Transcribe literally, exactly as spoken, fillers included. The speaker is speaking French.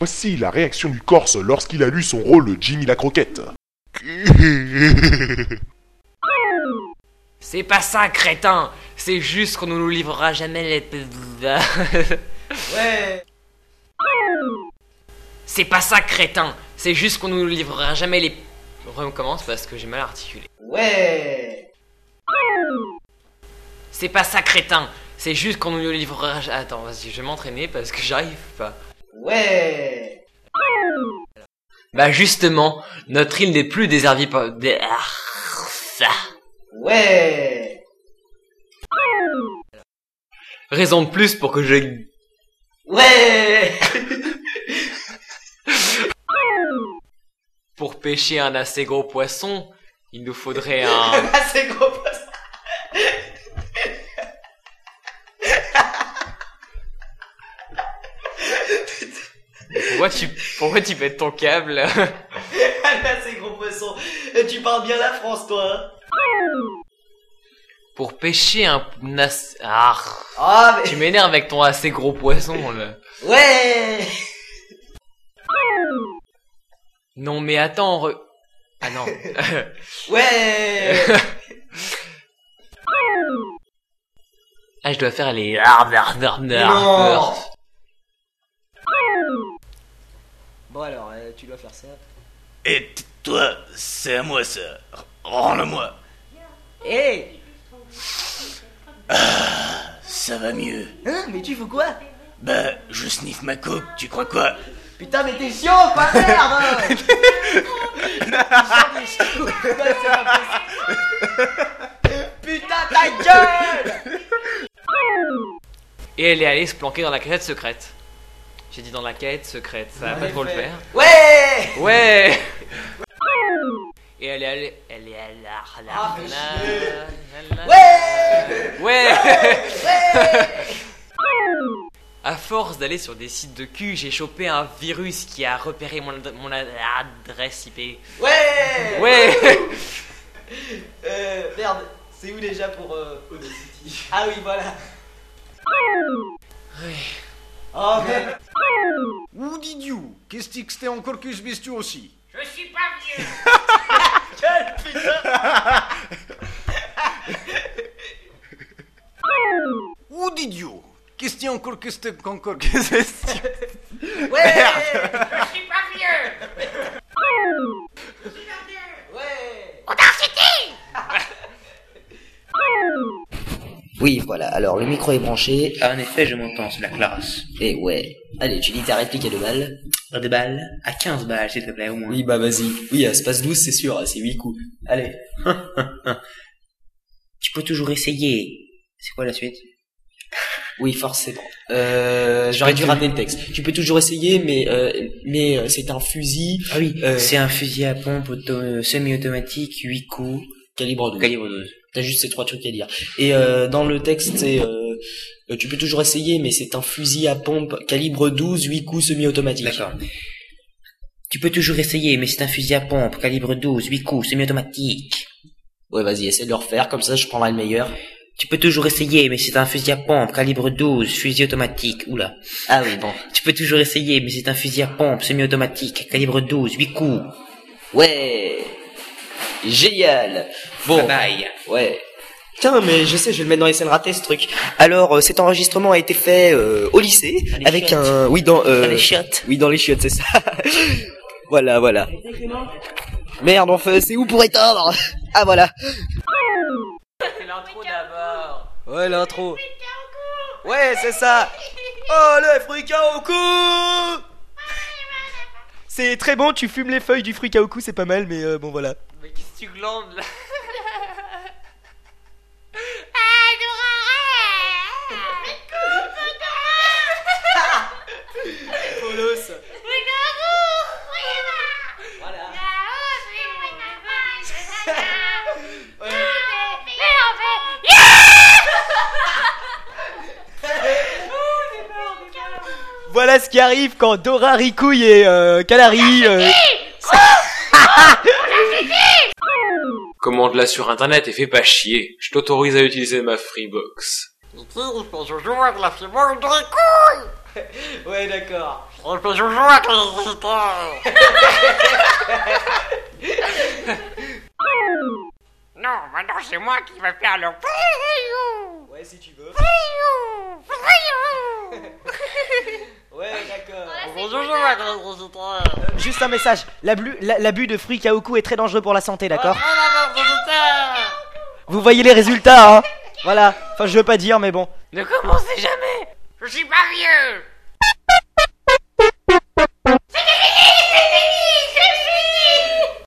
Voici la réaction du Corse lorsqu'il a lu son rôle de Jimmy la Croquette. C'est pas ça, crétin. C'est juste qu'on ne nous livrera jamais les... Ouais. C'est pas ça, crétin. C'est juste qu'on nous livrera jamais les... Recommence parce que j'ai mal articulé. Ouais. C'est pas ça, crétin. C'est juste qu'on nous livrera... Attends, vas-y, je vais m'entraîner parce que j'arrive pas. Ouais. Bah justement, notre île n'est plus déshervie par... Dé... Ah, ça. Ouais. Raison de plus pour que je... Ouais. Pour pêcher un assez gros poisson, il nous faudrait un... Assez gros poisson. Pourquoi tu... Pourquoi tu pètes ton câble? Un assez gros poisson. Tu parles bien la France, toi. Pour pêcher un... as- Ah, Ah, mais... tu m'énerves avec ton assez gros poisson, là. Ouais. Non mais attends, re... Ah non. Ouais. Ah, je dois faire les... Non. Bon alors, euh, tu dois faire ça. Et toi, c'est à moi ça. Rends-le-moi. Hé. Ça va mieux. Hein, mais tu fais quoi? Bah, je sniffe ma coke, tu crois quoi? Putain, mais t'es chiant, pas merde. Putain, ta gueule. Et elle est allée se planquer dans la cachette secrète. J'ai dit dans la quête secrète, ça va pas trop le faire. Ouais. Ouais. Et elle est allée... Elle est allée... Ah, fais chier. Ouais. Ouais. Ouais. À force d'aller sur des sites de cul, j'ai chopé un virus qui a repéré mon, ad- mon ad- adresse I P. Ouais. Ouais. Euh, merde, c'est où déjà pour euh... Audacity? Ah oui, voilà. Ouais. Oh merde. Ou d'idiot, qu'est-ce que c'était encore que ce bestiau aussi? Je suis pas vieux. Quel putain. Ou d'idiot, qu'est-ce qu'il y a encore que c'était encore que c'est? Ouais. Je suis pas vieux. Ouais. Oui, voilà, alors le micro est branché, Ah, en effet, je m'entends, c'est la classe. et ouais. Allez, tu dis ta réplique à deux balles. À deux balles? À quinze balles, s'il te plaît, au moins. Oui, bah vas-y. Oui, à Space douze, c'est sûr, c'est huit coups. Allez. Tu peux toujours essayer. C'est quoi la suite? Oui, forcément. Euh, j'aurais dû rater le texte. Tu peux toujours essayer, mais euh, mais euh, c'est un fusil. Ah oui, Euh, c'est un fusil à pompe auto- semi-automatique, huit coups, Calibre douze. calibre douze. T'as juste ces trois trucs à dire. Et euh, dans le texte, c'est euh, euh, tu peux toujours essayer, mais c'est un fusil à pompe calibre douze, huit coups semi-automatique. D'accord. Tu peux toujours essayer, mais c'est un fusil à pompe, calibre douze, huit coups, semi-automatique. Ouais, vas-y, essaie de le refaire, comme ça je prendrai le meilleur. Tu peux toujours essayer, mais c'est un fusil à pompe, calibre douze, fusil automatique. Oula. Ah oui, bon. Tu peux toujours essayer, mais c'est un fusil à pompe, semi-automatique, calibre douze, huit coups. Ouais. Génial. Bon. Bye bye. Ouais. Tiens, mais je sais, je vais le mettre dans les scènes ratées, ce truc. Alors, euh, cet enregistrement a été fait euh, au lycée, les avec chiottes. un... Oui, dans... Euh... Dans les chiottes. Oui, dans les chiottes, c'est ça. Voilà, voilà. Merde, enfin, c'est où pour éteindre? Ah, voilà. C'est l'intro d'abord. Ouais, l'intro. Ouais, c'est ça. Oh, le fruit au cou. C'est très bon, tu fumes les feuilles du fruit au cou, c'est pas mal, mais euh, bon, voilà. Mais qu'est-ce que tu glandes là? Polos. Voilà ce qui arrive quand Dora Ricouille et euh, Canary... Euh... Commande-la sur internet et fais pas chier. Je t'autorise à utiliser ma Freebox. Je joue avec la fibre de couille. Ouais, d'accord. On fait joujou avec les visiteurs. Non, maintenant c'est moi qui vais faire le... Ouais, si tu veux. Ouais, Ouais, d'accord. On fait joujou avec les visiteurs. Euh, juste un message. L'abus la- l'abus de fruits Kaoku est très dangereux pour la santé, d'accord? Vous voyez les résultats, hein? Voilà. Enfin, je veux pas dire, mais bon. Ne commencez jamais. Je suis pas vieux.